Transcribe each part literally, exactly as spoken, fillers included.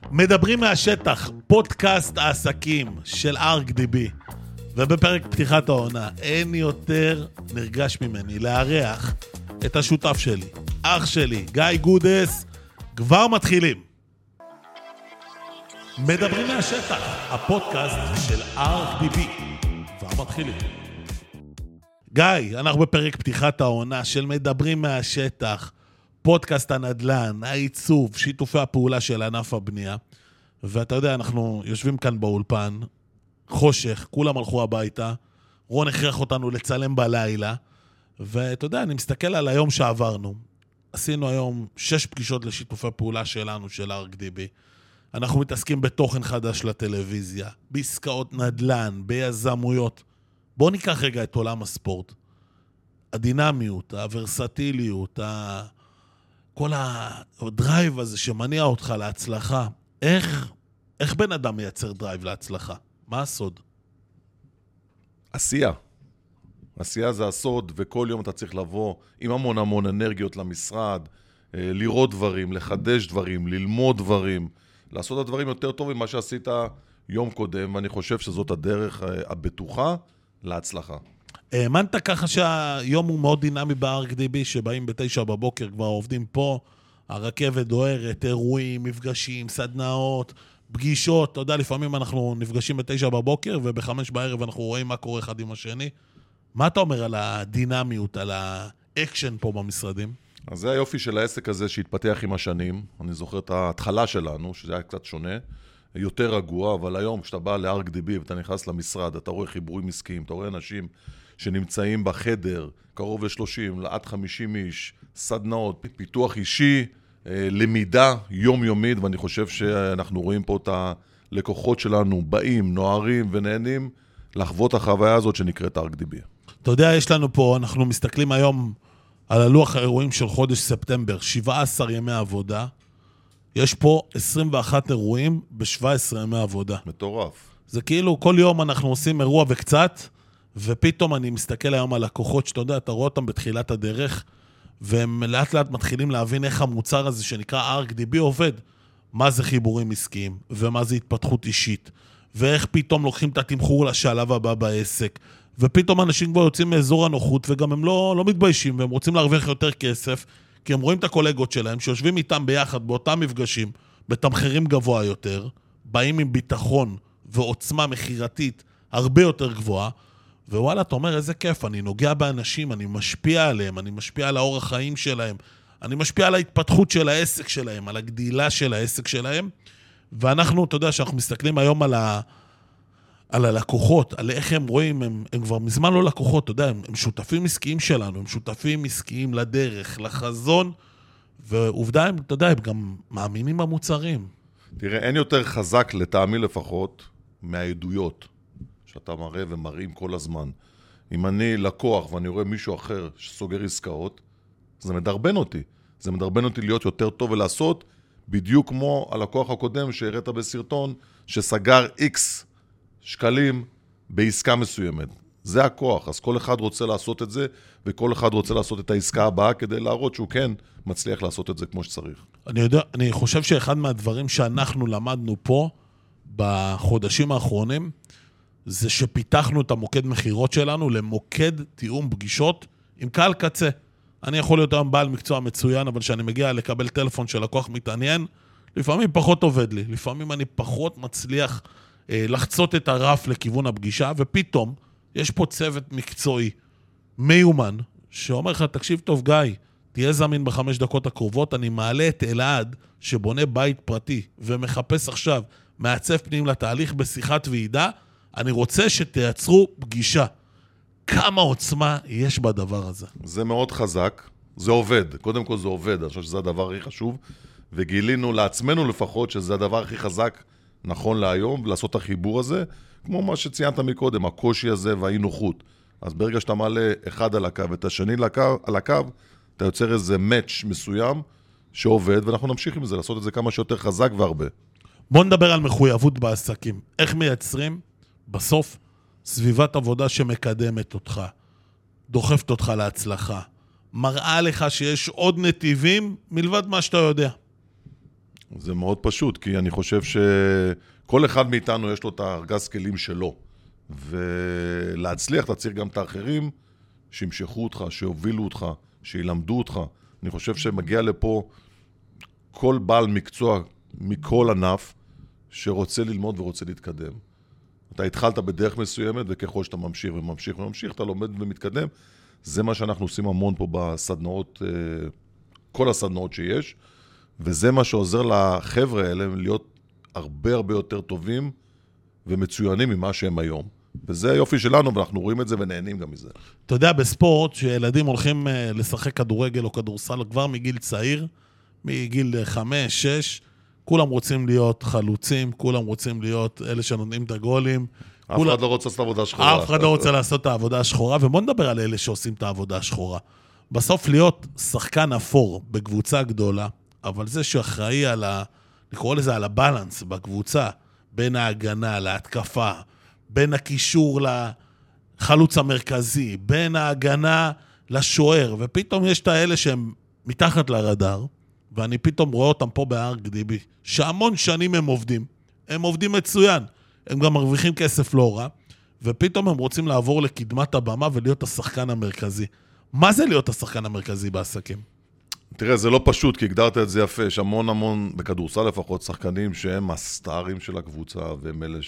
מדברים מהשטח, פודקאסט העסקים של ארק די בי. ובפרק פתיחת העונה, אין יותר נרגש ממני לארח את השותף שלי, אח שלי, גיא גודס. כבר מתחילים. מדברים מהשטח, הפודקאסט של ארק די בי. כבר מתחילים. גיא, אנחנו בפרק פתיחת העונה של מדברים מהשטח, פודקאסט הנדל"ן, העיצוב, שיתופי הפעולה של ענף הבנייה. ואתה יודע, אנחנו יושבים כאן באולפן, חושך, כולם הלכו הביתה, רון הכרח אותנו לצלם בלילה, ואתה יודע, אני מסתכל על היום שעברנו. עשינו היום שש פגישות לשיתופי פעולה שלנו, של ארק די בי. אנחנו מתעסקים בתוכן חדש לטלוויזיה, בעסקאות נדל"ן, ביזמויות. בואו ניקח רגע את עולם הספורט. הדינמיות, הוורסטיליות, ה... כל הדרייב הזה שמניע אותך להצלחה. איך, איך בן אדם מייצר דרייב להצלחה? מה הסוד? עשייה. עשייה זה הסוד, וכל יום אתה צריך לבוא עם המון המון אנרגיות למשרד, לראות דברים, לחדש דברים, ללמוד דברים, לעשות את הדברים יותר טוב ממה שעשית יום קודם, ואני חושב שזאת הדרך הבטוחה להצלחה. האמנת ככה שהיום הוא מאוד דינמי בארק די בי, שבאים בתשע בבוקר, כבר עובדים פה, הרכבת דוהרת, אירועים, מפגשים, סדנאות, פגישות. אתה יודע, לפעמים אנחנו נפגשים בתשע בבוקר, ובחמש בערב אנחנו רואים מה קורה אחד עם השני. מה אתה אומר על הדינמיות, על האקשן פה במשרדים? אז זה היופי של העסק הזה שהתפתח עם השנים. אני זוכר את ההתחלה שלנו, שזה היה קצת שונה, יותר רגוע, אבל היום כשאתה בא לארק די בי ואתה נכנס למשרד, אתה רואה חיבורים עסקיים, אתה רואה אנשים שנמצאים בחדר, קרוב ל-שלושים, לעד חמישים איש, סדנאות, פיתוח אישי, למידה יומיומית, ואני חושב שאנחנו רואים פה את הלקוחות שלנו באים, נוערים ונהנים לחוות החוויה הזאת שנקראת ארק די בי. אתה יודע, יש לנו פה, אנחנו מסתכלים היום על הלוח האירועים של חודש ספטמבר, שבעה עשר ימי עבודה, יש פה עשרים ואחד אירועים ב-שבעה עשר ימי עבודה. מטורף. זה כאילו כל יום אנחנו עושים אירוע וקצת, ופתאום אני מסתכל היום על לקוחות שאתה יודע, אתה רואה אותם בתחילת הדרך, והם לאט לאט מתחילים להבין איך המוצר הזה שנקרא ארק די בי עובד. מה זה חיבורים עסקיים, ומה זה התפתחות אישית, ואיך פתאום לוקחים את התמחור לשלב הבא בעסק, ופתאום אנשים כבר יוצאים מאזור הנוחות, וגם הם לא, לא מתביישים, והם רוצים להרוויח יותר כסף, כי הם רואים את הקולגות שלהם, שיושבים איתם ביחד באותם מפגשים, בתמחרים גבוה יותר, באים עם ביטחון ועוצמה מחירתית הרבה יותר גבוהה, ווואלה, אתה אומר, איזה כיף, אני נוגע באנשים, אני משפיע עליהם, אני משפיע על האורח חיים שלהם, אני משפיע על ההתפתחות של העסק שלהם, על הגדילה של העסק שלהם, ואנחנו, אתה יודע, שאנחנו מסתכלים היום על, ה... על הלקוחות, על איך הם רואים, הם, הם כבר מזמן לא לקוחות, אתה יודע, הם, הם שותפים עסקיים שלנו, הם שותפים עסקיים לדרך, לחזון, ועובדה, הם, אתה יודע, הם גם מאמינים במוצרים. תראה, אין יותר חזק לטעמי לפחות מהעדויות. שאתה מראה ומראים כל הזמן. אם אני לקוח ואני רואה מישהו אחר שסוגר עסקאות, זה מדרבן אותי. זה מדרבן אותי להיות יותר טוב ולעשות בדיוק כמו הלקוח הקודם שהראית בסרטון, שסגר X שקלים בעסקה מסוימת. זה הכוח. אז כל אחד רוצה לעשות את זה, וכל אחד רוצה לעשות את העסקה הבאה כדי להראות שהוא כן מצליח לעשות את זה כמו שצריך. אני יודע, אני חושב שאחד מהדברים שאנחנו למדנו פה בחודשים האחרונים, זה שפיתחנו את המוקד מחירות שלנו למוקד תיאום פגישות עם קהל קצה. אני יכול להיות היום בעל מקצוע מצוין, אבל כשאני מגיע לקבל טלפון של לקוח מתעניין, לפעמים פחות עובד לי, לפעמים אני פחות מצליח אה, לחצות את הרף לכיוון הפגישה, ופתאום יש פה צוות מקצועי מיומן, שאומר לך, תקשיב טוב גיא, תהיה זמין בחמש דקות הקרובות, אני מעלה את אלעד שבונה בית פרטי, ומחפש עכשיו מעצב פנים לתהליך בשיחת ועידה, אני רוצה שתייצרו פגישה. כמה עוצמה יש בדבר הזה? זה מאוד חזק, זה עובד. קודם כל זה עובד, אני חושב שזה הדבר הכי חשוב, וגילינו לעצמנו לפחות שזה הדבר הכי חזק נכון להיום, ולעשות את החיבור הזה, כמו מה שציינת מקודם, הקושי הזה והאי-נוחות. אז ברגע שאתה מעלה אחד על הקו ואת השני על הקו, אתה יוצר איזה מאץ' מסוים שעובד, ואנחנו נמשיך עם זה, לעשות את זה כמה שיותר חזק והרבה. בוא נדבר על מחויבות בעסקים. איך מייצרים בסוף סביבת עבודה שמקדמת אותך, דוחפת אותך להצלחה, מראה לך שיש עוד נתיבים מלבד מה שאתה יודע. זה מאוד פשוט, כי אני חושב שכל אחד מאיתנו יש לו את הארגז כלים שלו. ולהצליח, אתה צריך גם את האחרים שימשכו אותך, שיובילו אותך, שילמדו אותך. אני חושב שמגיע לפה כל בעל מקצוע מכל ענף שרוצה ללמוד ורוצה להתקדם. אתה התחלת בדרך מסוימת, וככל שאתה ממשיך וממשיך וממשיך, אתה לומד ומתקדם. זה מה שאנחנו עושים המון פה בסדנאות, כל הסדנאות שיש, וזה מה שעוזר לחבר'ה האלה להיות הרבה הרבה יותר טובים ומצוינים ממה שהם היום. וזה היופי שלנו, ואנחנו רואים את זה ונהנים גם מזה. אתה יודע, בספורט, שילדים הולכים לשחק כדורגל או כדורסל כבר מגיל צעיר, מגיל חמש, שש, כולם רוצים להיות חלוצים, כולם רוצים להיות אלה שנותנים את הגולים. אף כולם... אחד לא רוצה לעשות את העבודה השחורה. אף אחד לא רוצה לעשות את העבודה השחורה, ובוא נדבר על אלה שעושים את העבודה השחורה. בסוף להיות שחקן אפור בקבוצה גדולה, אבל זה שאחראי על ה... נקרא לזה על הבלנס בקבוצה, בין ההגנה להתקפה, בין הקישור לחלוץ המרכזי, בין ההגנה לשוער, ופתאום יש את האלה שהם מתחת לרדאר, ואני פתאום רואה אותם פה בארק דיבי, שהמון שנים הם עובדים, הם עובדים מצוין, הם גם מרוויחים כסף לא רע, ופתאום הם רוצים לעבור לקדמת הבמה ולהיות השחקן המרכזי. מה זה להיות השחקן המרכזי בעסקים? תראה, זה לא פשוט, כי הגדרת את זה יפה, יש המון המון, בכדורסל לפחות, שחקנים שהם הסטארים של הקבוצה, והם אלה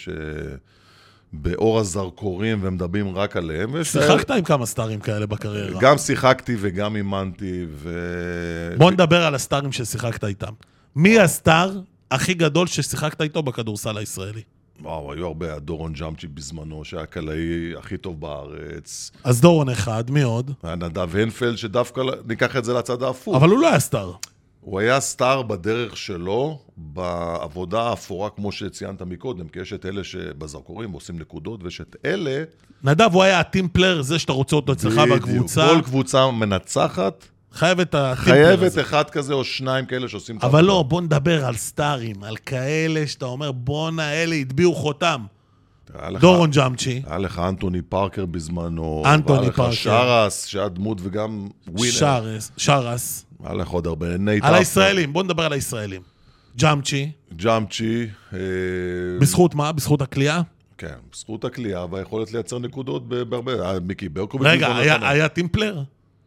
שבאור הזרקורים, והם מדברים רק עליהם. שיחקת עם כמה סטארים כאלה בקריירה? גם שיחקתי וגם אימנתי, ו... בוא נדבר על הסטארים ששיחקת איתם. מי הסטאר הכי גדול ששיחקת איתו בכדורסל הישראלי? וואו, היו הרבה, דורון ג'אמצ'י בזמנו, שהיה קלעי הכי טוב בארץ. אז דורון אחד, מי עוד? היה נדב הנפלד, שדווקא ניקח את זה לצד ההפוך. אבל הוא לא היה סטאר. הוא היה סטאר בדרך שלו, בעבודה האפורה, כמו שציינת מקודם, כי יש את אלה שבזרקורים עושים נקודות, ויש את אלה... נדב, הוא היה הטימפלר, זה שאתה רוצה אותו אצלך בקבוצה. כל קבוצה מנצחת, חייבת הטימפלר הזה. חייבת אחד כזה או שניים כאלה שעושים... אבל לא, בוא נדבר על סטארים, על כאלה שאתה אומר, בוא נאלה, יטביעו חותם. דורון ג'אמצ'י. היה לך אנטוני פארקר בזמנו. אנטוני פארקר. והיה לך שרס, שהיה דמות וגם ווינר. שרס, שרס. היה לך עוד הרבה. נייט על הישראלים, בוא נדבר על הישראלים. ג'אמצ'י. ג'אמצ'י. בזכות מה? בזכות הקליעה? כן, בזכות הקליעה והיכולת לייצר נקודות בהרבה. מיקי ברקוביץ'. רגע, היה טימפלר?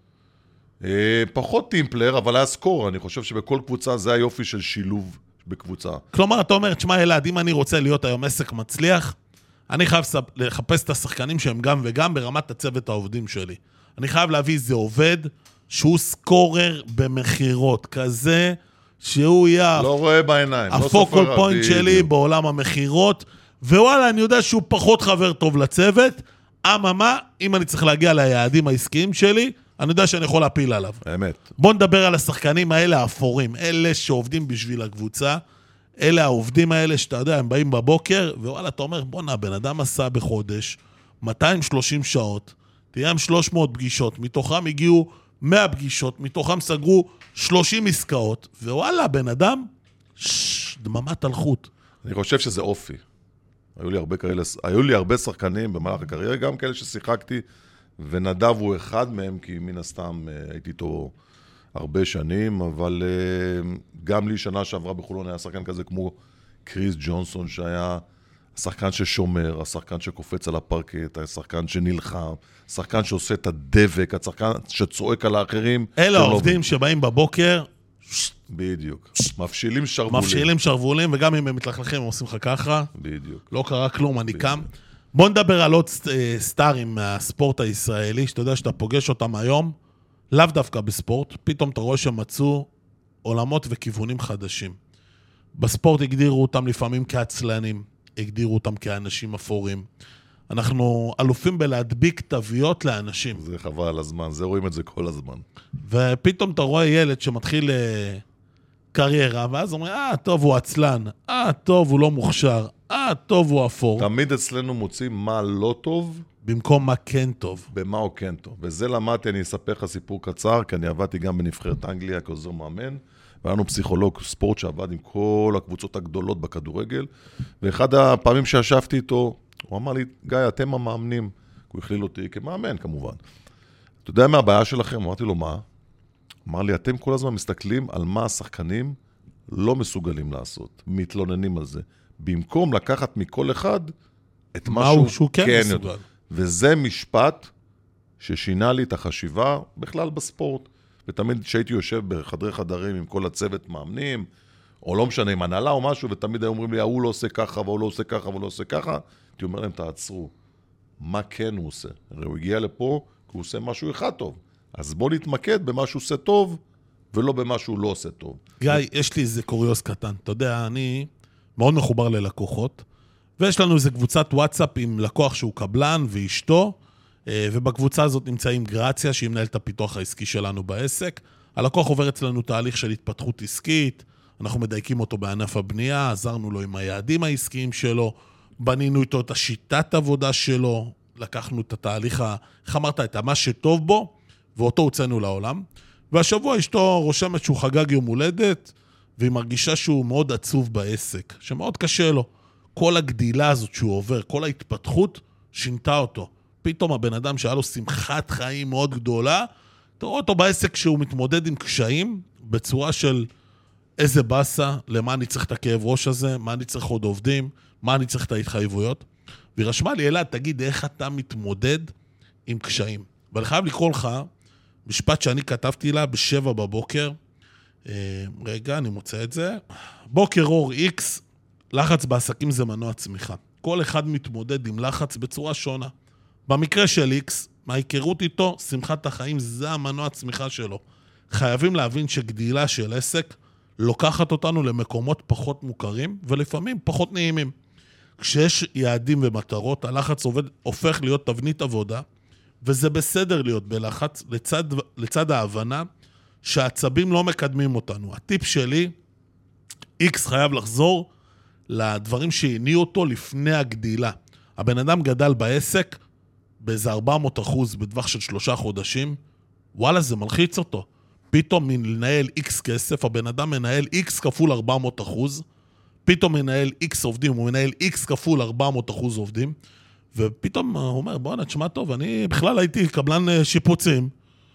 פחות טימפלר, אבל היה סקור. אני חושב שבכל קבוצה זה היופי של שילוב בקבוצה. כלומר, אתה אומר, תשמע אלעד, אם אני רוצה להיות היום עסק מצליח, אני חייב לחפש את השחקנים שהם גם וגם ברמת הצוות העובדים שלי. אני חייב להביא איזה עובד שהוא סקורר במחירות, כזה שהוא יהיה... לא רואה בעיניים. הפוקול פוינט שלי בעולם המחירות, ווואלה, אני יודע שהוא פחות חבר טוב לצוות, אממה, אם אני צריך להגיע ליעדים העסקיים שלי, אני יודע שאני יכול להפיל עליו. באמת. בוא נדבר על השחקנים האלה האפורים, אלה שעובדים בשביל הקבוצה, אלה העובדים האלה שאתה יודע, הם באים בבוקר, ווואלה, אתה אומר, בוא נה, בן אדם עשה בחודש, מאתיים ושלושים שעות, תהיה עם שלוש מאות פגישות, מתוכם הגיעו מאה פגישות, מתוכם סגרו שלושים עסקאות, ווואלה, בן אדם, שש, דממת הלכות. אני חושב שזה אופי. היו לי הרבה כאלה, היו לי הרבה שחקנים במהלך הקריירה, גם כאלה ששיחקתי, ונדב הוא אחד מהם, כי מן הסתם הייתי איתו הרבה שנים, אבל גם לי שנה שעברה בחולון היה שחקן כזה כמו קריס ג'ונסון, שהיה השחקן ששומר, השחקן שקופץ על הפרקט, השחקן שנלחם, השחקן שעושה את הדבק, השחקן שצועק על האחרים. אלה העובדים שבאים בבוקר, בדיוק. מפשילים שרבולים. מפשילים שרבולים, וגם אם הם מתלכלכים, הם עושים לך ככה. בדיוק. לא קרה כלום, אני קם. בוא נדבר על עוד סטארים מהספורט הישראלי, שאתה יודע שאתה פוגש אותם היום, לאו דווקא בספורט, פתאום אתה רואה שמצאו עולמות וכיוונים חדשים. בספורט הגדירו אותם לפעמים כעצלנים, הגדירו אותם כאנשים אפורים. אנחנו אלופים בלהדביק תוויות לאנשים. זה חבל על הזמן, זה רואים את זה כל הזמן. ופתאום אתה רואה ילד שמתחיל קריירה, ואז אומרים, אה, טוב, הוא עצלן, אה, טוב, הוא לא מוכשר, אה, טוב, הוא אפור. תמיד אצלנו מוצאים מה לא טוב, במקום מה כן טוב. במה הוא כן טוב. וזה למדתי, אני אספר לך סיפור קצר, כי אני עבדתי גם בנבחרת אנגליה כעוזר מאמן, והיה לנו פסיכולוג ספורט שעבד עם כל הקבוצות הגדולות בכדורגל, ואחד הפעמים שישבתי איתו, הוא אמר לי, גיא, אתם המאמנים. הוא הכליל אותי כמאמן, כמובן. אתה יודע מה הבעיה שלכם? אמרתי לו, מה? אמר לי, אתם כל הזמן מסתכלים על מה השחקנים לא מסוגלים לעשות, מתלוננים על זה. במקום לקחת מכל אחד את משהו שהוא כן, כן מסוגל. יותר. וזה משפט ששינה לי את החשיבה בכלל בספורט. ותמיד כשהייתי יושב בחדרי חדרים עם כל הצוות מאמנים, או לא משנה, עם הנהלה או משהו, ותמיד היו אומרים לי, הוא לא עושה ככה, והוא לא עושה ככה, והוא לא עושה ככה, הייתי אומר להם, תעצרו. מה כן הוא עושה? הרי הוא הגיע לפה, כי הוא עושה משהו אחד טוב. אז בוא נתמקד במה שהוא עושה טוב, ולא במה שהוא לא עושה טוב. גיא, יש לי איזה קוריוס קטן. אתה יודע, אני מאוד מחובר ללקוחות, ויש לנו איזה קבוצת וואטסאפ עם לקוח שהוא קבלן ואשתו, ובקבוצה הזאת נמצאים גרציה, שהיא מנהלת הפיתוח העסקי שלנו בעסק. הלקוח עובר אצלנו תהליך של התפתחות עסקית, אנחנו מדייקים אותו בענף הבנייה, עזרנו לו עם היעדים העסקיים שלו, בנינו איתו את השיטת עבודה שלו, לקחנו את התהליך, איך אמרת, את מה שטוב בו, ואותו הוצאנו לעולם. והשבוע אשתו רושמת שהוא חגג יום הולדת, והיא מרגישה שהוא מאוד עצוב בעסק, שמאוד קשה לו. כל הגדילה הזאת שהוא עובר, כל ההתפתחות, שינתה אותו. פתאום הבן אדם שהיה לו שמחת חיים מאוד גדולה, תראו אותו בעסק שהוא מתמודד עם קשיים, בצורה של איזה בסה, למה אני צריך את הכאב ראש הזה, מה אני צריך עוד עובדים, מה אני צריך את ההתחייבויות. והיא רשמה לי, אלעד, תגיד איך אתה מתמודד עם קשיים. ואני חייב לקרוא לך משפט שאני כתבתי לה בשבע בבוקר. רגע, אני מוצא את זה. בוקר אור איקס, לחץ בעסקים זה מנוע צמיחה. כל אחד מתמודד עם לחץ בצורה שונה. במקרה של איקס, מההיכרות איתו, שמחת החיים זה המנוע צמיחה שלו. חייבים להבין שגדילה של עסק לוקחת אותנו למקומות פחות מוכרים, ולפעמים פחות נעימים. כשיש יעדים ומטרות, הלחץ עובד, הופך להיות תבנית עבודה, וזה בסדר להיות בלחץ, לצד, לצד ההבנה שהעצבים לא מקדמים אותנו. הטיפ שלי, איקס חייב לחזור לדברים שהניעו אותו לפני הגדילה. הבן אדם גדל בעסק באיזה ארבע מאות אחוז בטווח של שלושה חודשים, וואלה, זה מלחיץ אותו. פתאום מנהל איקס כסף, הבן אדם מנהל איקס כפול ארבע מאות אחוז, פתאום מנהל איקס עובדים, הוא מנהל איקס כפול ארבע מאות אחוז עובדים, ופתאום הוא אומר, בוא נשמע טוב, אני בכלל הייתי קבלן שיפוצים,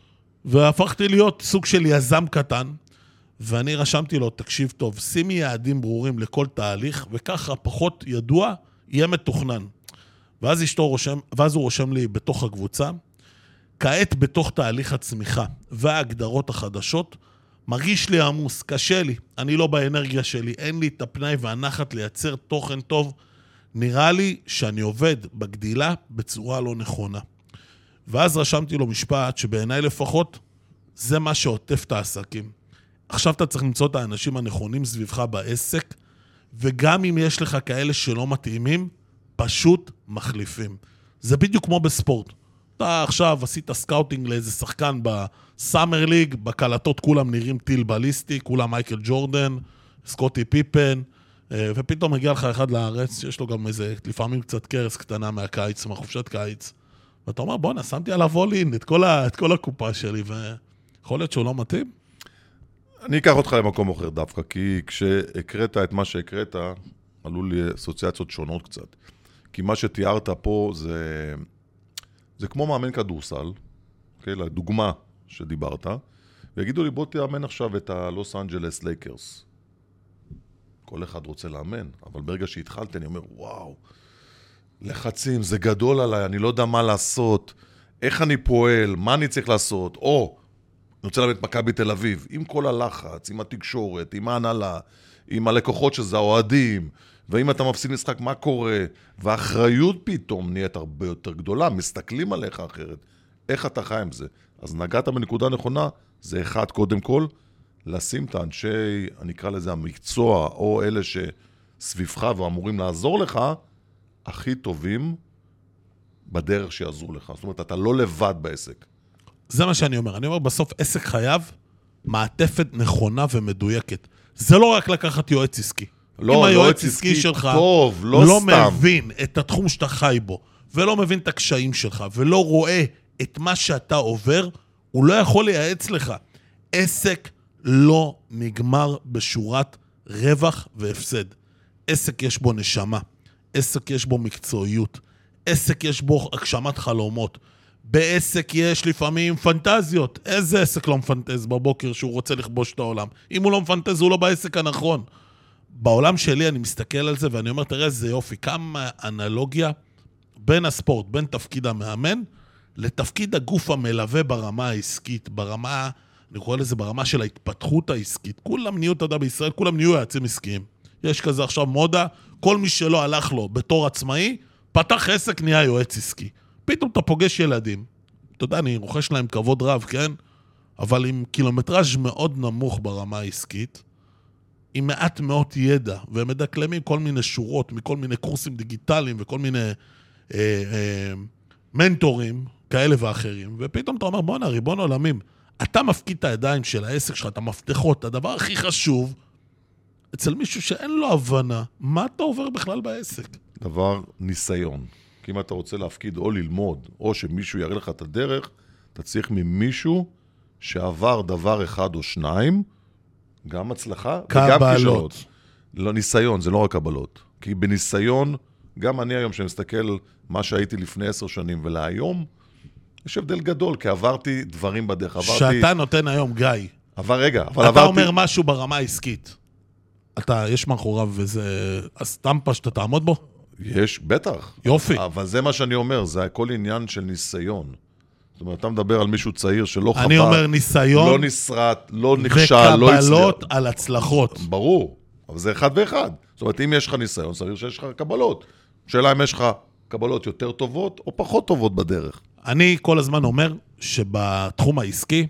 והפכתי להיות סוג של יזם קטן, ואני רשמתי לו, תקשיב טוב, שימי יעדים ברורים לכל תהליך, וככה פחות ידוע, יהיה מתוכנן. ואז אשתו רושם, ואז הוא רושם לי בתוך הקבוצה, כעת בתוך תהליך הצמיחה וההגדרות החדשות, מרגיש לי עמוס, קשה לי, אני לא באנרגיה שלי, אין לי את הפנאי והנחת לייצר תוכן טוב, נראה לי שאני עובד בגדילה בצורה לא נכונה. ואז רשמתי לו משפט שבעיניי לפחות זה מה שעוטף את העסקים. עכשיו אתה צריך למצוא את האנשים הנכונים סביבך בעסק, וגם אם יש לך כאלה שלא מתאימים, פשוט מחליפים. זה בדיוק כמו בספורט. אתה עכשיו עשית סקאוטינג לאיזה שחקן בסאמר ליג, בקלטות כולם נראים טיל בליסטי, כולם מייקל ג'ורדן, סקוטי פיפן, ופתאום מגיע לך אחד לארץ, שיש לו גם איזה, לפעמים קצת קרס קטנה מהקיץ, מהחופשת קיץ, ואתה אומר, בוא, שמתי עליו אולין, את כל, ה, את כל הקופה שלי, ויכול להיות שהוא לא מתאים? אני אקח אותך למקום אחר דווקא, כי כשהקראת את מה שהקראת, עלו לי אסוציאציות שונות קצת. כי מה שתיארת פה זה, זה כמו מאמן כדורסל, okay, לדוגמה שדיברת, ויגידו לי, בוא תאמן עכשיו את הלוס אנג'לס לייקרס. כל אחד רוצה לאמן, אבל ברגע שהתחלתי אני אומר, וואו, לחצים, זה גדול עליי, אני לא יודע מה לעשות, איך אני פועל, מה אני צריך לעשות, או, אני רוצה לאמן את מכבי תל אביב, עם כל הלחץ, עם התקשורת, עם ההנהלה, עם הלקוחות שזה האוהדים, ואם אתה מפסיד משחק, מה קורה? והאחריות פתאום נהיית הרבה יותר גדולה, מסתכלים עליך אחרת. איך אתה חי עם זה? אז נגעת בנקודה נכונה, זה אחד קודם כל, לשים את האנשי, אני אקרא לזה המקצוע, או אלה שסביבך ואמורים לעזור לך, הכי טובים בדרך שיעזרו לך. זאת אומרת, אתה לא לבד בעסק. זה מה שאני אומר. אני אומר, בסוף עסק חייב מעטפת נכונה ומדויקת. זה לא רק לקחת יועץ עסקי. לא, אם היועץ לא עסקי שלך טוב, לא, לא סתם. מבין את התחום שאתה חי בו, ולא מבין את הקשיים שלך, ולא רואה את מה שאתה עובר, הוא לא יכול לייעץ לך. עסק לא נגמר בשורת רווח והפסד. עסק יש בו נשמה, עסק יש בו מקצועיות, עסק יש בו הגשמת חלומות, בעסק יש לפעמים פנטזיות. איזה עסק לא מפנטז בבוקר שהוא רוצה לכבוש את העולם? אם הוא לא מפנטז, הוא לא בעסק הנכון. בעולם שלי אני מסתכל על זה ואני אומר, תראה, זה יופי, כמה אנלוגיה בין הספורט, בין תפקיד המאמן, לתפקיד הגוף המלווה ברמה העסקית, ברמה, אני קורא לזה ברמה של ההתפתחות העסקית. כולם נהיו, אתה יודע, בישראל, כולם נהיו יועצים עסקיים. יש כזה עכשיו מודה, כל מי שלא הלך לו בתור עצמאי, פתח עסק, נהיה יועץ עסקי. פתאום אתה פוגש ילדים. אתה יודע, אני רוכש להם כבוד רב, כן? אבל עם קילומטראז' מאוד נמוך ברמה העסקית, עם מעט מאוד ידע, והם מדקלמים כל מיני שורות, מכל מיני קורסים דיגיטליים, וכל מיני אה, אה, מנטורים, כאלה ואחרים, ופתאום אתה אומר, בוא נה, ריבון עולמים, אתה מפקיד את הידיים של העסק שלך, אתה מפתחות, הדבר הכי חשוב, אצל מישהו שאין לו הבנה, מה אתה עובר בכלל בעסק? דבר ניסיון. כי אם אתה רוצה להפקיד או ללמוד, או שמישהו יראה לך את הדרך, אתה צריך ממישהו שעבר דבר אחד או שניים, גם הצלחה וגם כישלונות. לא ניסיון, זה לא רק קבלות. כי בניסיון, גם אני היום שמסתכל מה שהייתי לפני עשר שנים ולהיום, יש הבדל גדול, כי עברתי דברים בדרך. עברתי... שאתה נותן היום, גיא. עבר רגע, אבל אתה עברתי... אומר משהו ברמה העסקית. אתה, יש מאחוריו וזה הסטמפה שאתה תעמוד בו? יש, בטח. יופי. אבל זה מה שאני אומר, זה הכל עניין של ניסיון. זאת אומרת, אתה מדבר על מישהו צעיר שלא חווה... אני אומר ניסיון... לא נסרט, לא נכשל, לא הצליח. וקבלות על הצלחות. ברור, אבל זה אחד ואחד. זאת אומרת, אם יש לך ניסיון, סביר שיש לך קבלות. שאלה אם יש לך קבלות יותר טובות או פחות טובות בדרך. אני כל הזמן אומר שבתחום העסקי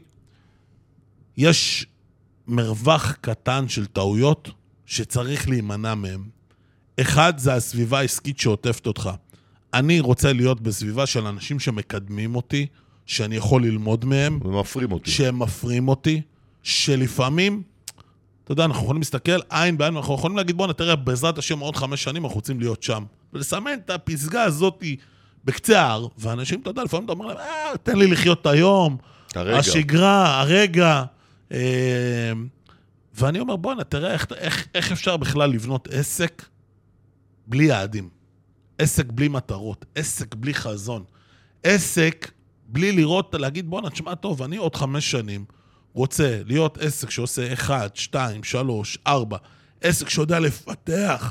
יש מרווח קטן של טעויות שצריך להימנע מהם. אחד, זה הסביבה העסקית שעוטפת אותך. אני רוצה להיות בסביבה של אנשים שמקדמים אותי, שאני יכול ללמוד מהם. ומפרים אותי. שהם מפרים אותי, שלפעמים, אתה יודע, אנחנו יכולים להסתכל עין בעין, אנחנו יכולים להגיד, בוא נתראה, בעזרת השם עוד חמש שנים אנחנו רוצים להיות שם. ולסמן את הפסגה הזאת בקצה ההר, ואנשים, אתה יודע, לפעמים אתה אומר להם, אה, תן לי לחיות את היום, הרגע. השגרה, הרגע. אה, ואני אומר, בוא נתראה איך, איך, איך אפשר בכלל לבנות עסק בלי יעדים. עסק בלי מטרות, עסק בלי חזון, עסק בלי לראות, להגיד, בוא נשמע טוב, אני עוד חמש שנים רוצה להיות עסק שעושה אחד, שתיים, שלוש, ארבע, עסק שיודע לפתח,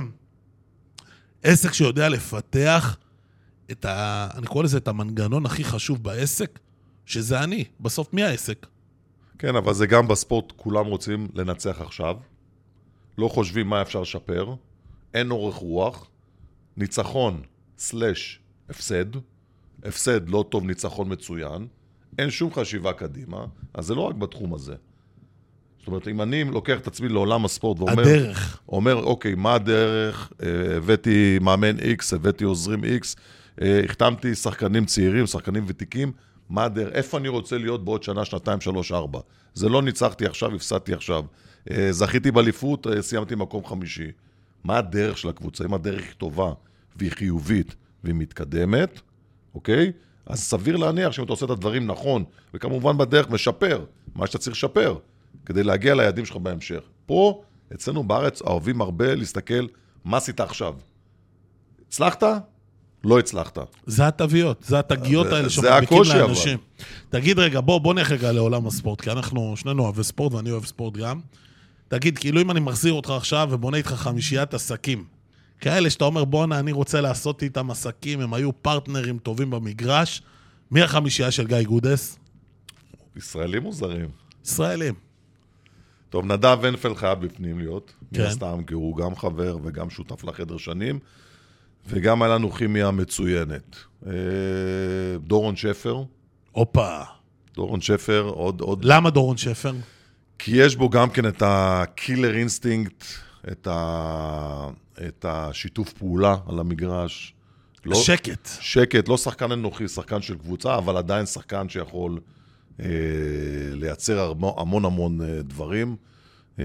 עסק שיודע לפתח את ה... אני קורא לזה את המנגנון הכי חשוב בעסק, שזה אני, בסוף מי העסק? כן, אבל זה גם בספורט, כולם רוצים לנצח עכשיו, לא חושבים מה אפשר לשפר, אין אורך רוח, ניצחון סלש הפסד, הפסד לא טוב, ניצחון מצוין, אין שום חשיבה קדימה, אז זה לא רק בתחום הזה. זאת אומרת, אם אני לוקח את עצמי לעולם הספורט ואומר... הדרך. אומר, אוקיי, מה הדרך? הבאתי מאמן X, הבאתי עוזרים X, החתמתי שחקנים צעירים, שחקנים ותיקים, מה הדרך? איפה אני רוצה להיות בעוד שנה, שנתיים, שלוש, ארבע? זה לא ניצחתי עכשיו, הפסדתי עכשיו. זכיתי באליפות, סיימתי מקום חמישי. מה הדרך של הקבוצה? אם הדרך היא טובה והיא חיובית והיא מתקדמת, אוקיי? אז סביר להניח שאם אתה עושה את הדברים נכון, וכמובן בדרך משפר, מה שאתה צריך לשפר, כדי להגיע ליעדים שלך בהמשך. פה, אצלנו בארץ, אוהבים הרבה להסתכל, מה עשית עכשיו? הצלחת? לא הצלחת. זה התוויות, זה התגיות האלה שמדביקים לאנשים. אבל. תגיד רגע, בוא, בוא נלך רגע לעולם הספורט, כי אנחנו שנינו אוהבי ספורט, ואני אוהב ספורט גם. תגיד, כאילו אם אני מחזיר אותך עכשיו ובונה איתך חמישיית עסקים, כאלה שאתה אומר, בואנה, אני רוצה לעשות איתם עסקים, הם היו פרטנרים טובים במגרש, מי החמישייה של גיא גודס? ישראלים מוזרים. ישראלים. טוב, נדב ונפל חייב בפנים להיות, כן. מסתם, כי הוא גם חבר וגם שותף לחדר שנים, וגם היה לנו כימיה מצוינת. דורון שפר. אופה. דורון שפר, עוד... עוד... למה דורון שפר? כי יש בו גם כן את הקילר אינסטינקט, את, ה... את השיתוף פעולה על המגרש. לא... שקט. שקט, לא שחקן אנוכי, שחקן של קבוצה, אבל עדיין שחקן שיכול אה, לייצר המון המון אה, דברים. אה,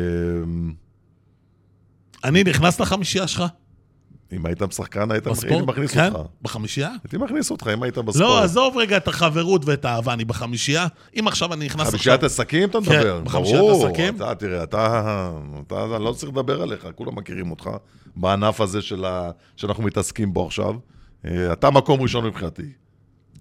אני נכנס לחמישייה שלך? אם היית שחקן, היית בספורט? מכניס כן? אותך. בחמישייה? הייתי מכניס אותך, אם היית בספורט. לא, עזוב רגע את החברות ואת האהבה, אני בחמישייה. אם עכשיו אני נכנס עכשיו... חמישיית עסקים אתה מדבר? כן, בחמישיית ברור, עסקים. אתה, תראה, אתה, אתה, אתה לא צריך לדבר עליך, כולם מכירים אותך, בענף הזה של ה, שאנחנו מתעסקים בו עכשיו. אתה מקום ראשון מבחינתי.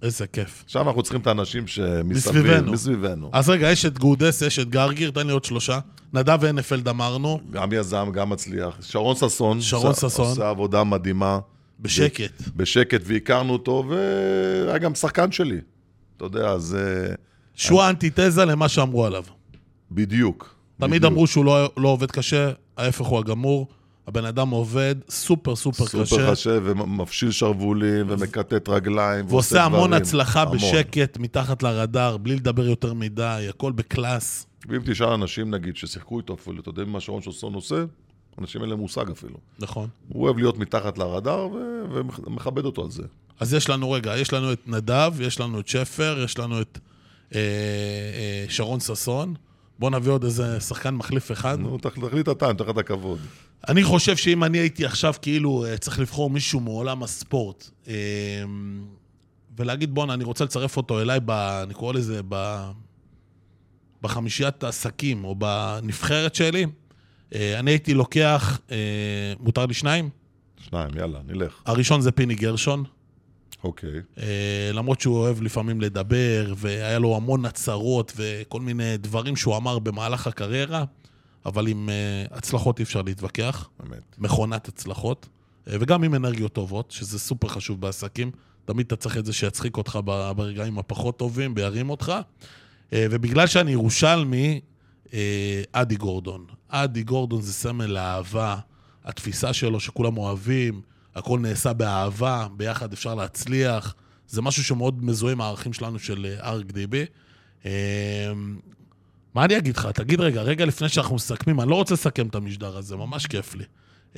איזה כיף. עכשיו אנחנו צריכים את האנשים שמסביב, מסביבנו. מסביבנו. אז רגע, יש את גודס, יש את גרגיר, תן לי עוד שלושה. נדב ונפלד אמרנו. גם יזם, גם מצליח. שרון ססון. שרון ססון. עושה עבודה מדהימה. בשקט. בשקט, והכרנו אותו, והיה גם שחקן שלי. אתה יודע, אז... שהוא האנטיתזה למה שאמרו עליו. בדיוק. תמיד בדיוק. אמרו שהוא לא, לא עובד קשה, ההפך הוא הגמור. הבן אדם עובד סופר סופר קשה. סופר קשה, ומפשיל שרבולים, ומקטט רגליים. ועושה המון דברים. הצלחה המון. בשקט, מתחת לרדאר, בלי לדבר יותר מדי, הכל בקלאס. ואם תשאל אנשים, נגיד, ששיחקו איתו אפילו, אתה יודע מה שרון ססון עושה? אנשים אין להם מושג אפילו. נכון. הוא אוהב להיות מתחת לרדאר, ו- ומכבד אותו על זה. אז יש לנו, רגע, יש לנו את נדב, יש לנו את שפר, יש לנו את אה, אה, שרון ססון. בוא נביא עוד איזה שחקן מחליף אחד. נו, תחליט אתה, אני תחת הכבוד. אני חושב שאם אני הייתי עכשיו כאילו צריך לבחור מישהו מעולם הספורט, אה, ולהגיד בוא, אני רוצה לצרף אותו אליי, ב, אני קורא לזה, ב, בחמישיית העסקים, או בנבחרת שלי, אה, אני הייתי לוקח, אה, מותר לי שניים? שניים, יאללה, נלך. הראשון זה פיני גרשון. אוקיי. למרות שהוא אוהב לפעמים לדבר, והיה לו המון הצהרות וכל מיני דברים שהוא אמר במהלך הקריירה, אבל עם הצלחות אי אפשר להתווכח. באמת. מכונת הצלחות, וגם עם אנרגיות טובות, שזה סופר חשוב בעסקים. תמיד אתה צריך את זה שיצחיק אותך ברגעים הפחות טובים, בירים אותך. ובגלל שאני ירושלמי, אדי גורדון. אדי גורדון זה סמל לאהבה, התפיסה שלו שכולם אוהבים, הכל נעשה באהבה, ביחד אפשר להצליח. זה משהו שמאוד מזוהה עם הערכים שלנו של ארק די בי. מה אני אגיד לך? תגיד רגע, רגע לפני שאנחנו מסכמים, אני לא רוצה לסכם את המשדר הזה, ממש כיף לי.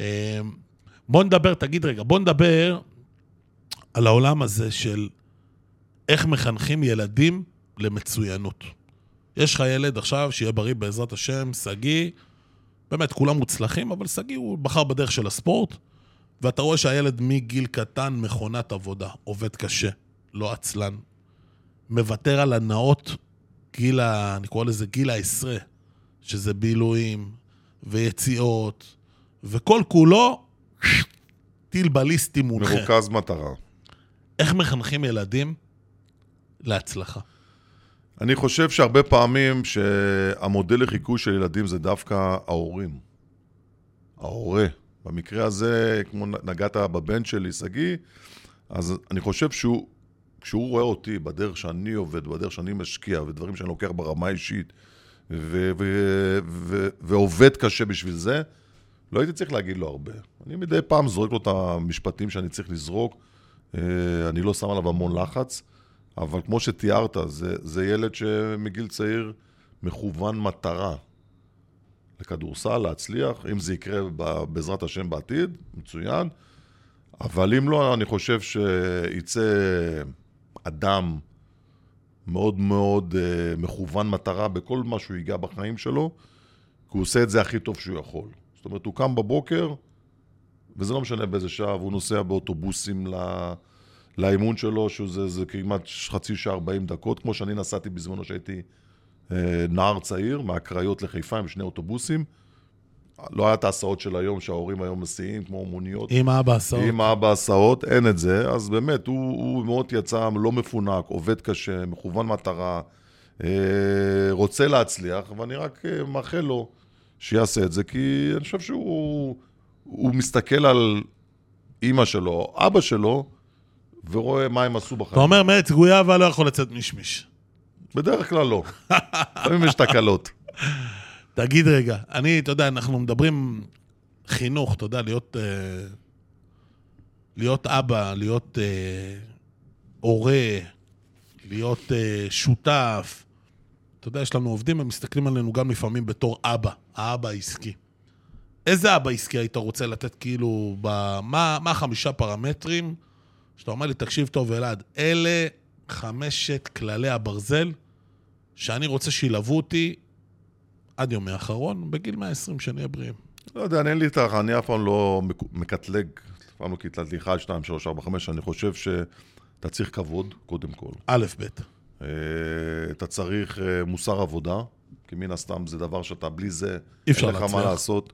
בוא נדבר, תגיד רגע, בוא נדבר על העולם הזה של איך מחנכים ילדים למצוינות. יש לך ילד עכשיו שיהיה בריא בעזרת השם, סגי, באמת כולם מוצלחים, אבל סגי הוא בחר בדרך של הספורט, ואתה רואה שהילד מגיל קטן מכונת עבודה, עובד קשה, לא עצלן, מוותר על הנאות, גיל, אני קורא לזה גיל העשרה, שזה בילויים ויציאות, וכל כולו טיל בליסטי מונחה. מרוכז מטרה. איך מחנכים ילדים להצלחה? אני חושב שהרבה פעמים שהמודל לחיקוי של ילדים זה דווקא ההורים. ההורה. במקרה הזה, כמו נגעת בבן שלי, סגי, אז אני חושב שהוא, כשהוא רואה אותי בדרך שאני עובד, בדרך שאני משקיע, ודברים שאני לוקח ברמה אישית, ו- ו- ו- ועובד קשה בשביל זה, לא הייתי צריך להגיד לו הרבה. אני מדי פעם זורק לו את המשפטים שאני צריך לזרוק, אני לא שם עליו המון לחץ, אבל כמו שתיארת, זה, זה ילד שמגיל צעיר מכוון מטרה. לכדורסל, להצליח, אם זה יקרה בעזרת השם בעתיד, מצוין, אבל אם לא, אני חושב שיצא אדם מאוד מאוד מכוון מטרה בכל מה שהוא ייגע בחיים שלו, כי הוא עושה את זה הכי טוב שהוא יכול. זאת אומרת, הוא קם בבוקר, וזה לא משנה באיזה שעה, והוא נוסע באוטובוסים לא... לאימון שלו, שזה זה כמעט חצי שעה ארבעים דקות, כמו שאני נסעתי בזמנו שהייתי נער צעיר, מהקריות לחיפה עם שני אוטובוסים. לא היה את ההסעות של היום, שההורים היום מסיעים, כמו מוניות. עם אבא הסעות. עם אבא הסעות, אין את זה. אז באמת, הוא, הוא מאוד יצא, לא מפונק, עובד קשה, מכוון מטרה, רוצה להצליח, ואני רק מאחל לו שיעשה את זה, כי אני חושב שהוא הוא מסתכל על אמא שלו, אבא שלו, ורואה מה הם עשו בחיים. אתה אומר, מעץ גויה, אבל לא יכול לצאת משמיש. בדרך כלל לא. לפעמים יש תקלות. תגיד רגע, אני, אתה יודע, אנחנו מדברים חינוך, אתה יודע, להיות, להיות אבא, להיות הורה, להיות שותף. אתה יודע, יש לנו עובדים, הם מסתכלים עלינו גם לפעמים בתור אבא, האבא העסקי. איזה אבא עסקי היית רוצה לתת כאילו, מה, מה חמישה פרמטרים, שאתה אומר לי, תקשיב טוב אלעד, אלה חמשת כללי הברזל, שאני רוצה שילוו אותי עד יומי האחרון, בגיל מאה ועשרים שני הבריאים. לא יודע, אני אין לי איתך, אני אף פעם לא מקטלג, אף פעם לא קטלגתי אחד, שתיים, שלוש, ארבע, חמש, אני חושב שאתה צריך כבוד, קודם כל. א', ב'. אתה צריך מוסר עבודה, כי מן הסתם זה דבר שאתה בלי זה, אין לך מה לעשות.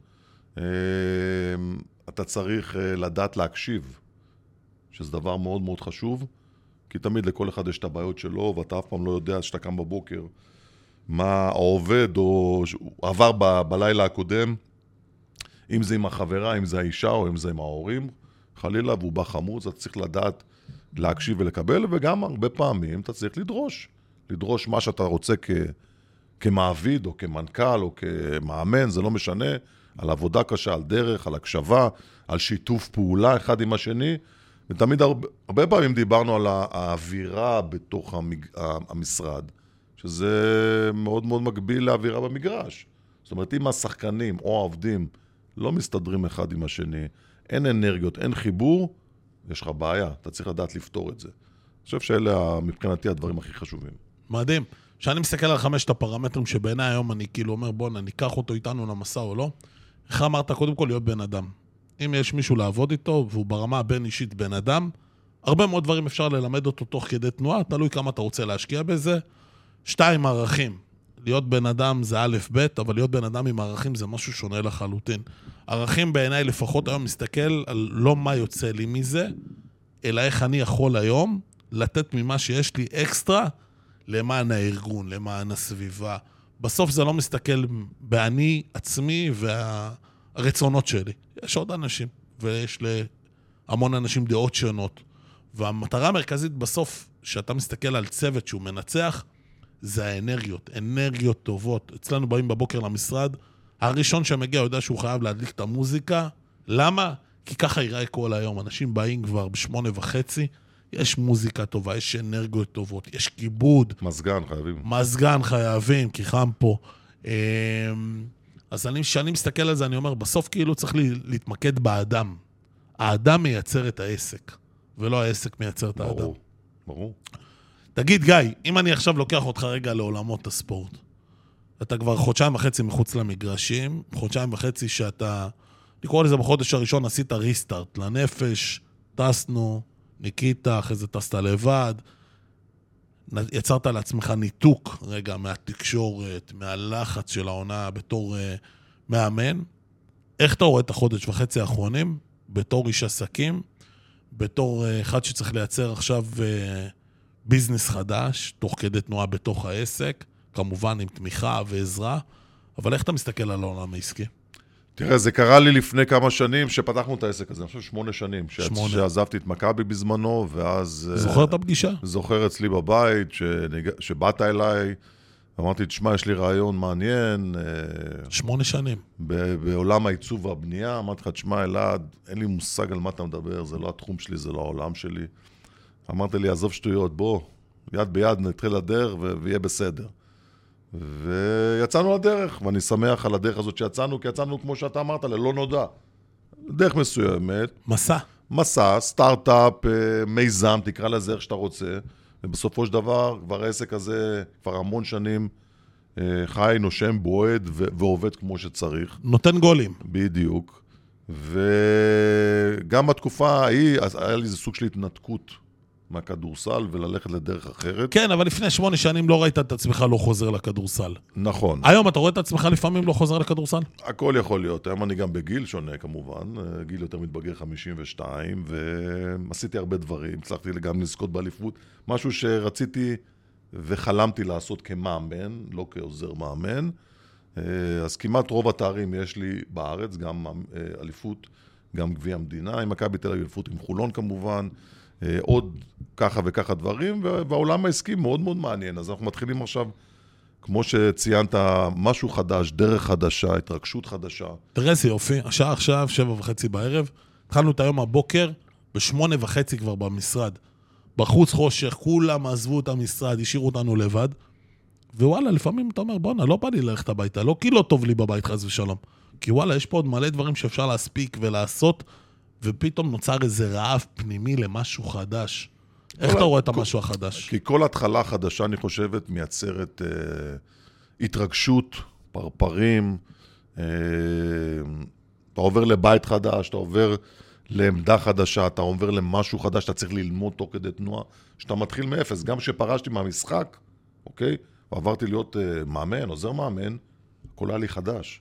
אתה צריך לדעת להקשיב, שזה דבר מאוד מאוד חשוב, כי תמיד לכל אחד יש את הבעיות שלו, ואתה אף פעם לא יודע שאתה קם בבוקר, מה העובד או עבר ב- בלילה הקודם, אם זה עם החברה, אם זה האישה או אם זה עם ההורים, חלילה, והוא בא חמוץ, אתה צריך לדעת להקשיב ולקבל, וגם הרבה פעמים אתה צריך לדרוש. לדרוש מה שאתה רוצה כ... כמעביד או כמנכ"ל או כמאמן, זה לא משנה, על עבודה קשה, על דרך, על הקשבה, על שיתוף פעולה אחד עם השני, ותמיד הרבה, הרבה פעמים דיברנו על האווירה בתוך המג... המשרד, שזה מאוד מאוד מקביל לאווירה במגרש. זאת אומרת, אם השחקנים או העובדים לא מסתדרים אחד עם השני, אין אנרגיות, אין חיבור, יש לך בעיה, אתה צריך לדעת לפתור את זה. אני חושב שאלה מבחינתי הדברים הכי חשובים. מדהים. כשאני מסתכל על חמשת הפרמטרים שבעיניי היום אני כאילו אומר, בוא ניקח אותו איתנו למסע או לא, איך אמרת קודם כל להיות בן אדם? אם יש מישהו לעבוד איתו, והוא ברמה הבין אישית בן אדם, הרבה מאוד דברים אפשר ללמד אותו תוך כדי תנועה, תלוי כמה אתה רוצה להשקיע בזה. שתיים, ערכים. להיות בן אדם זה א' ב', אבל להיות בן אדם עם ערכים זה משהו שונה לחלוטין. ערכים בעיניי לפחות היום מסתכל על לא מה יוצא לי מזה, אלא איך אני יכול היום לתת ממה שיש לי אקסטרה למען הארגון, למען הסביבה. בסוף זה לא מסתכל באני עצמי והרצונות שלי. יש עוד אנשים, ויש להמון אנשים דעות שונות. והמטרה המרכזית בסוף, שאתה מסתכל על צוות שהוא מנצח, זה האנרגיות, אנרגיות טובות. אצלנו באים בבוקר למשרד, הראשון שמגיע יודע שהוא חייב להדליק את המוזיקה. למה? כי ככה ייראה כל היום. אנשים באים כבר בשמונה וחצי, יש מוזיקה טובה, יש אנרגיות טובות, יש כיבוד. מזגן חייבים. מזגן חייבים, כי חם פה. אז אני, כשאני מסתכל על זה, אני אומר, בסוף כאילו צריך להתמקד באדם. האדם מייצר את העסק, ולא העסק מייצר את האדם. ברור, ברור. תגיד, גיא, אם אני עכשיו לוקח אותך רגע לעולמות הספורט, אתה כבר חודשיים וחצי מחוץ למגרשים, חודשיים וחצי שאתה, לקרוא לזה בחודש הראשון, עשית ריסטארט לנפש, טסנו, ניקית, אחרי זה טסת לבד, יצרת לעצמך ניתוק רגע מהתקשורת, מהלחץ של העונה בתור uh, מאמן. איך אתה רואה את החודש וחצי האחרונים? בתור איש עסקים, בתור uh, אחד שצריך לייצר עכשיו uh, ביזנס חדש, תוך כדי תנועה בתוך העסק, כמובן עם תמיכה ועזרה, אבל איך אתה מסתכל על העולם העסקי? תראה, זה קרה לי לפני כמה שנים שפתחנו את העסק הזה, אני חושב שמונה שנים, שמונה. שעזבתי את מכבי בזמנו, ואז... זוכר את הפגישה? זוכר אצלי בבית, שנג... שבאת אליי, אמרתי, תשמע, יש לי רעיון מעניין. שמונה שנים. ב... בעולם העיצוב והבנייה, אמרתי לך, תשמע, אלעד, אין לי מושג על מה אתה מדבר, זה לא התחום שלי, זה לא העולם שלי. אמרת לי, עזוב שטויות, בוא, יד ביד נתחיל לדרך ו... ויהיה בסדר. ויצאנו לדרך, ואני שמח על הדרך הזאת שיצאנו, כי יצאנו, כמו שאתה אמרת, ללא נודע. דרך מסוימת. מסע. מסע, סטארט-אפ, מיזם, תקרא לזה איך שאתה רוצה, ובסופו של דבר, כבר העסק הזה, כבר המון שנים, חי, נושם, בועד, ו- ועובד כמו שצריך. נותן גולים. בדיוק. וגם בתקופה ההיא, היה לי איזה סוג של התנתקות מהכדורסל וללכת לדרך אחרת. כן, אבל לפני שמונה שנים לא ראית את עצמך לא חוזר לכדורסל. נכון. היום אתה רואה את עצמך לפעמים לא חוזר לכדורסל? הכל יכול להיות. היום אני גם בגיל שונה כמובן, גיל יותר מתבגר חמישים ושתיים, ועשיתי הרבה דברים, הצלחתי גם לזכות באליפות, משהו שרציתי וחלמתי לעשות כמאמן, לא כעוזר מאמן. אז כמעט רוב התארים יש לי בארץ, גם אליפות, גם גביע המדינה, עם מכבי תל אביב, אליפות עם חולון כמובן, עוד ככה וככה דברים, והעולם העסקי מאוד מאוד מעניין. אז אנחנו מתחילים עכשיו, כמו שציינת, משהו חדש, דרך חדשה, התרגשות חדשה. תראה איזה יופי, השעה עכשיו, שבע וחצי בערב, התחלנו את היום הבוקר, בשמונה וחצי כבר במשרד. בחוץ חושך, כולם עזבו את המשרד, השאירו אותנו לבד, ווואלה, לפעמים אתה אומר, בוא'נה, לא בא לי ללכת הביתה, לא כי לא טוב לי בבית חס ושלום, כי וואלה, יש פה עוד מלא דברים שאפשר להספיק ולעשות, ופתאום נוצר איזה רעב פנימי למשהו חדש. איך אתה רואה את המשהו החדש? כי כל התחלה חדשה, אני חושבת, מייצרת אה, התרגשות, פרפרים, אה, אתה עובר לבית חדש, אתה עובר לעמדה חדשה, אתה עובר למשהו חדש, אתה צריך ללמוד תוך כדי תנועה, שאתה מתחיל מאפס. גם שפרשתי מהמשחק, אוקיי? ועברתי להיות אה, מאמן, עוזר מאמן, הכל היה לי חדש.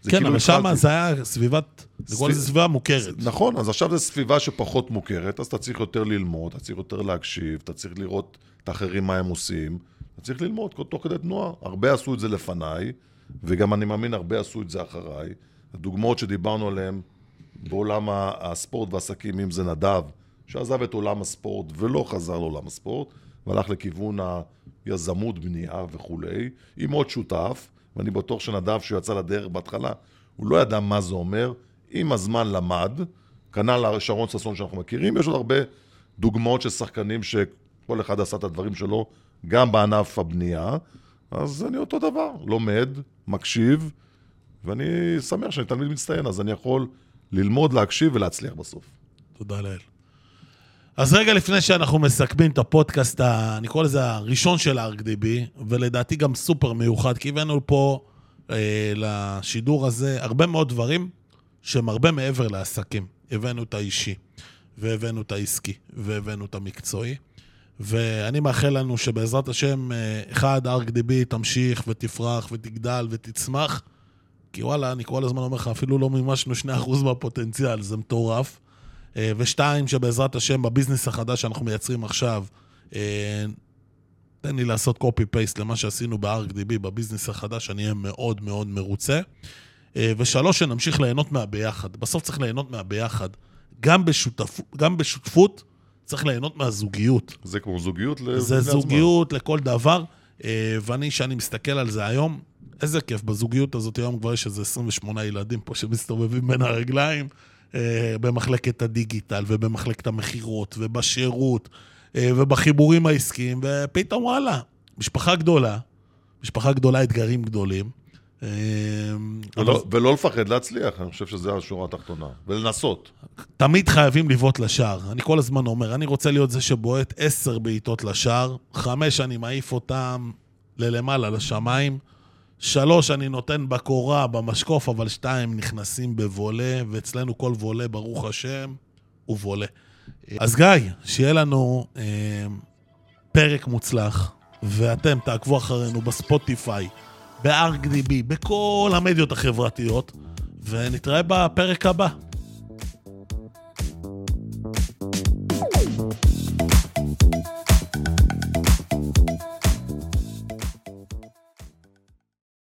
כן, כאילו אבל התחלתי... שמה זה היה סביבת, נקרא לזה סביבה מוכרת. נכון, אז עכשיו זו סביבה שפחות מוכרת, אז אתה צריך יותר ללמוד, אתה צריך יותר להקשיב, אתה צריך לראות את האחרים מה הם עושים, אתה צריך ללמוד תוך כדי תנועה. הרבה עשו את זה לפניי, וגם אני מאמין הרבה עשו את זה אחריי. הדוגמאות שדיברנו עליהן בעולם הספורט והעסקים, אם זה נדב, שעזב את עולם הספורט ולא חזר לעולם הספורט, והלך לכיוון היזמות, בנייה וכולי, עם עוד שותף, ואני בטוח שנדב שהוא יצא לדרך בהתחלה, הוא לא ידע מה זה אומר, עם הזמן למד, כנ"ל שרון ששון שאנחנו מכירים, יש עוד הרבה דוגמאות של שחקנים שכל אחד עשה את הדברים שלו, גם בענף הבנייה, אז אני אותו דבר, לומד, מקשיב, ואני שמח שאני תלמיד מצטיין, אז אני יכול ללמוד, להקשיב ולהצליח בסוף. תודה לאל. אז רגע לפני שאנחנו מסכמים את הפודקאסט, אני קורא לזה הראשון של ארקדיבי, ולדעתי גם סופר מיוחד, כי הבאנו פה אה, לשידור הזה הרבה מאוד דברים שהם הרבה מעבר לעסקים. הבאנו את האישי, והבאנו את העסקי, והבאנו את המקצועי, ואני מאחל לנו שבעזרת השם, אחד, ארקדיבי תמשיך ותפרח ותגדל ותצמח, כי וואלה, אני כל הזמן אומר לך, אפילו לא מימשנו שני אחוז מהפוטנציאל, זה מטורף. ושתיים, שבעזרת השם בביזנס החדש שאנחנו מייצרים עכשיו, תן לי לעשות קופי-פייסט למה שעשינו ב-ארקדיבי, בביזנס החדש, אני אהיה מאוד מאוד מרוצה. ושלוש, שנמשיך ליהנות מהביחד. בסוף צריך ליהנות מהביחד. גם, בשותפ... גם בשותפות צריך ליהנות מהזוגיות. זה כמו זוגיות לבני זה זוגיות לכל דבר, ואני, שאני מסתכל על זה היום, איזה כיף, בזוגיות הזאת היום כבר יש איזה עשרים ושמונה ילדים פה שמסתובבים בין הרגליים, במחלקת הדיגיטל ובמחלקת המחירות ובשירות ובחיבורים העסקיים, ופתאום וואלה, משפחה גדולה, משפחה גדולה, אתגרים גדולים. ולא, ולא לפחד להצליח, אני חושב שזה השורה התחתונה, ולנסות. תמיד חייבים לבעוט לשער. אני כל הזמן אומר, אני רוצה להיות זה שבועט עשר בעיטות לשער, חמש אני מעיף אותם ללמעלה לשמיים, שלוש אני נותן בקורה, במשקוף, אבל שתיים נכנסים בבולה, ואצלנו כל בולה, ברוך השם, הוא בולה. אז גיא, שיהיה לנו אה, פרק מוצלח, ואתם תעקבו אחרינו בספוטיפיי, בארקדיבי, בכל המדיות החברתיות, ונתראה בפרק הבא.